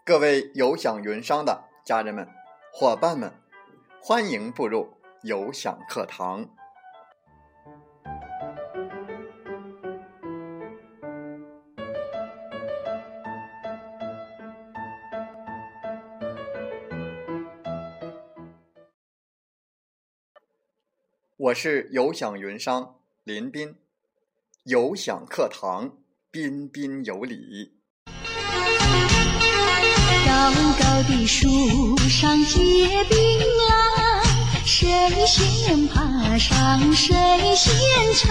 各位有享云商的家人们、伙伴们，欢迎步入有享课堂。我是有享云商林斌，有享课堂，彬彬有礼。 高高的树上结槟榔，谁先爬上谁先尝。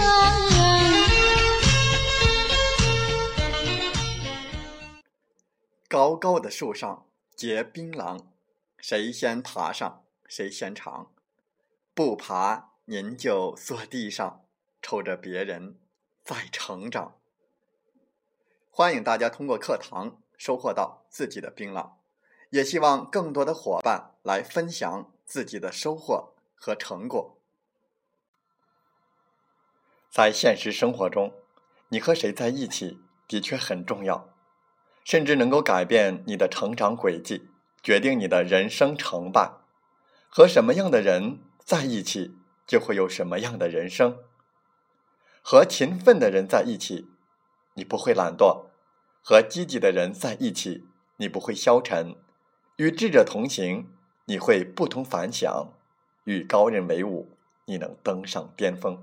高高的树上结槟榔，谁先爬上谁先尝。不爬您就坐地上，瞅着别人在成长。欢迎大家通过课堂收获到自己的槟榔，也希望更多的伙伴来分享自己的收获和成果。在现实生活中，你和谁在一起的确很重要，甚至能够改变你的成长轨迹，决定你的人生成败。和什么样的人在一起，就会有什么样的人生。和勤奋的人在一起，你不会懒惰；和积极的人在一起，你不会消沉；与智者同行，你会不同凡响；与高人为伍，你能登上巅峰。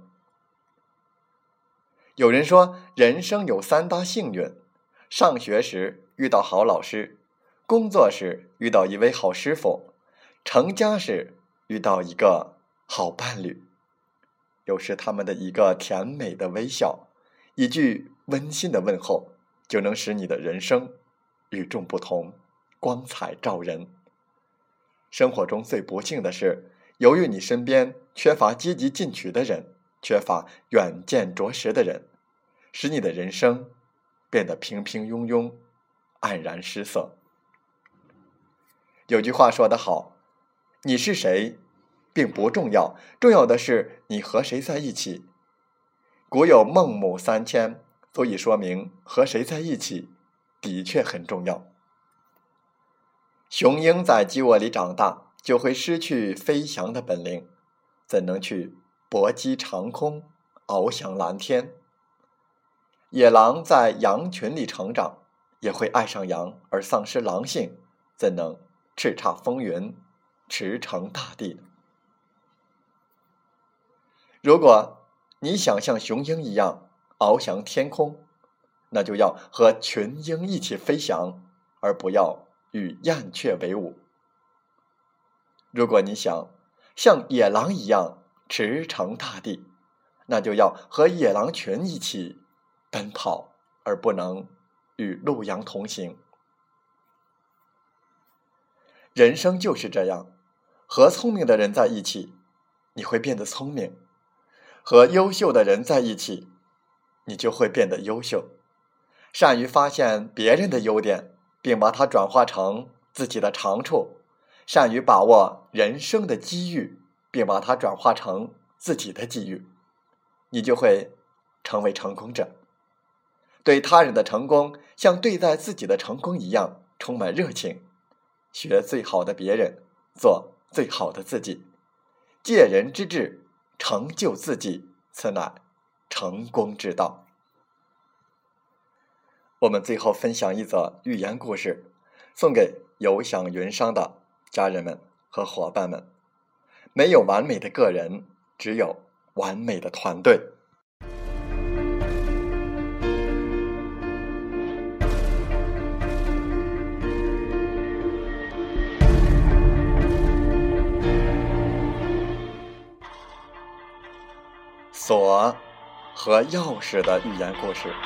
有人说，人生有3大幸运：上学时遇到好老师，工作时遇到一位好师傅，成家时遇到一个好伴侣。有时他们的一个甜美的微笑，一句温馨的问候，就能使你的人生与众不同，光彩照人。生活中最不幸的是，由于你身边缺乏积极进取的人，缺乏远见卓识的人，使你的人生变得平平庸庸，黯然失色。有句话说得好，你是谁并不重要，重要的是你和谁在一起。古有孟母3000，足以说明和谁在一起的确很重要。雄鹰在鸡窝里长大，就会失去飞翔的本领，怎能去搏击长空，翱翔蓝天？野狼在羊群里成长，也会爱上羊而丧失狼性，怎能叱咤风云，驰骋大地？如果你想像雄鹰一样翱翔天空，那就要和群鹰一起飞翔，而不要与燕雀为伍。如果你想像野狼一样驰骋大地，那就要和野狼群一起奔跑，而不能与鹿羊同行。人生就是这样，和聪明的人在一起，你会变得聪明；和优秀的人在一起，你就会变得优秀。善于发现别人的优点，并把它转化成自己的长处；善于把握人生的机遇，并把它转化成自己的机遇，你就会成为成功者。对他人的成功，像对待自己的成功一样充满热情。学最好的别人，做最好的自己，借人之智，成就自己，此乃成功之道。我们最后分享一则寓言故事，送给有享云商的家人们和伙伴们。没有完美的个人，只有完美的团队。锁和钥匙的寓言故事。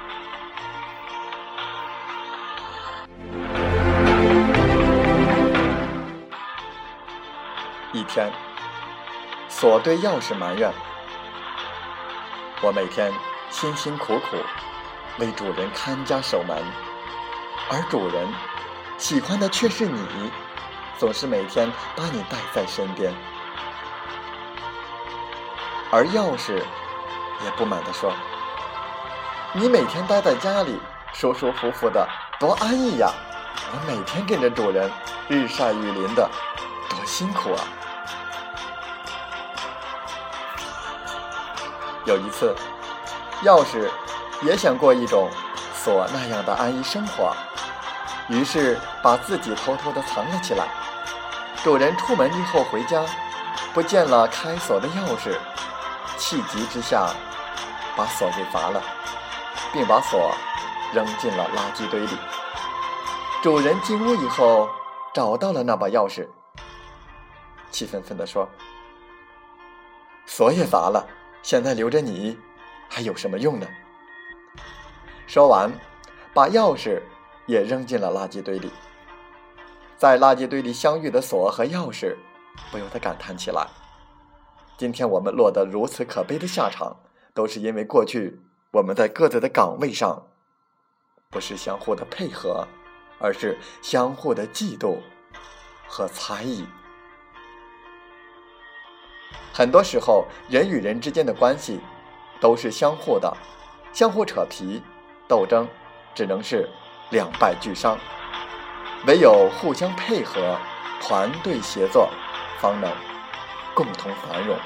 一天，锁对钥匙埋怨：我每天辛辛苦苦为主人看家守门，而主人喜欢的却是你，总是每天把你带在身边。而钥匙也不满地说：你每天待在家里舒舒服服的，多安逸呀！ 我每天跟着主人日晒雨淋的，多辛苦啊！有一次，钥匙也想过一种锁那样的安逸生活，于是把自己偷偷地藏了起来。主人出门以后回家，不见了开锁的钥匙，气急之下把锁给砸了，并把锁扔进了垃圾堆里。主人进屋以后找到了那把钥匙，气愤愤地说：锁也砸了，现在留着你还有什么用呢？说完，把钥匙也扔进了垃圾堆里。在垃圾堆里相遇的锁和钥匙，不由得感叹起来：今天我们落得如此可悲的下场，都是因为过去我们在各自的岗位上，不是相互的配合，而是相互的嫉妒和猜疑。很多时候，人与人之间的关系都是相互的，相互扯皮，斗争只能是两败俱伤。唯有互相配合，团队协作，方能共同繁荣。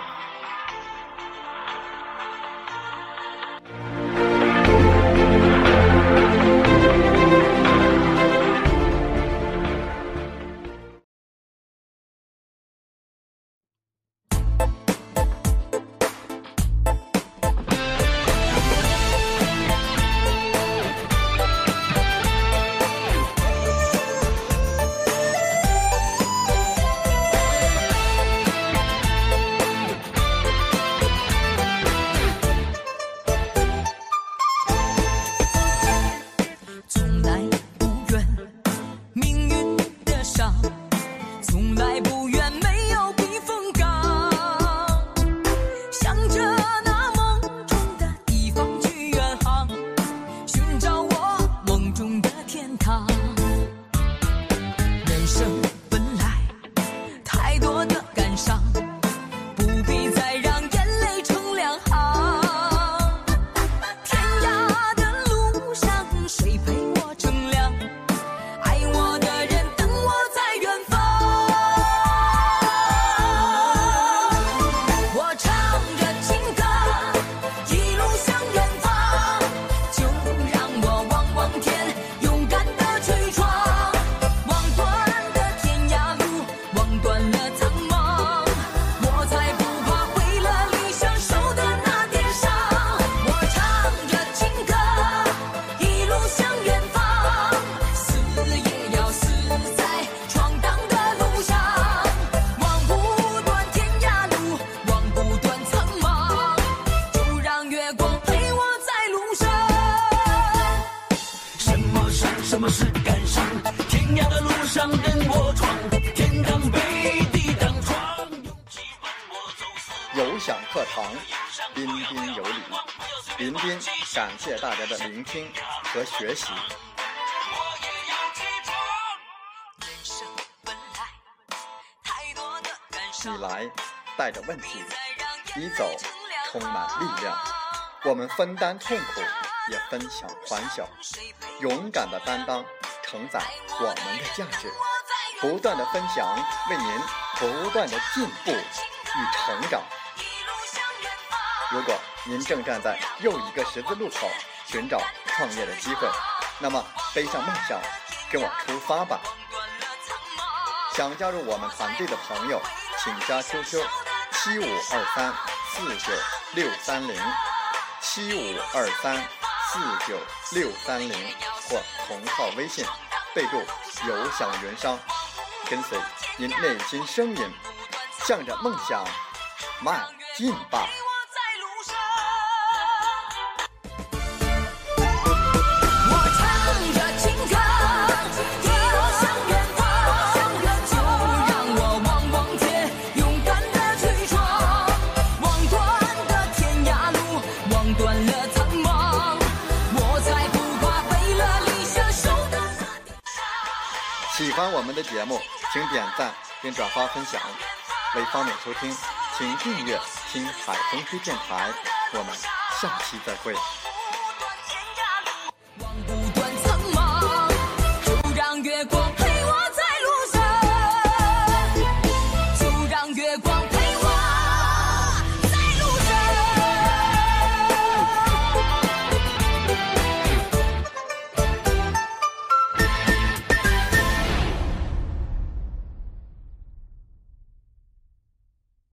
什么是感伤？天涯的路上任我闯，天当被地当床，勇气伴我走四有享课堂，彬彬有礼。彬彬感谢大家的聆听和学习。你来带着问题，你走充满力量。我们分担痛苦，也分享欢笑，勇敢的担当，承载我们的价值，不断的分享，为您不断的进步与成长。如果您正站在又一个十字路口，寻找创业的机会，那么背上梦想，跟我出发吧。想加入我们团队的朋友，请加 QQ 752349630752349630或同号微信，备注有享云商，跟随您内心声音，向着梦想迈进吧。喜欢我们的节目，请点赞并转发分享。为方便收听，请订阅听海风吹电台。我们下期再会。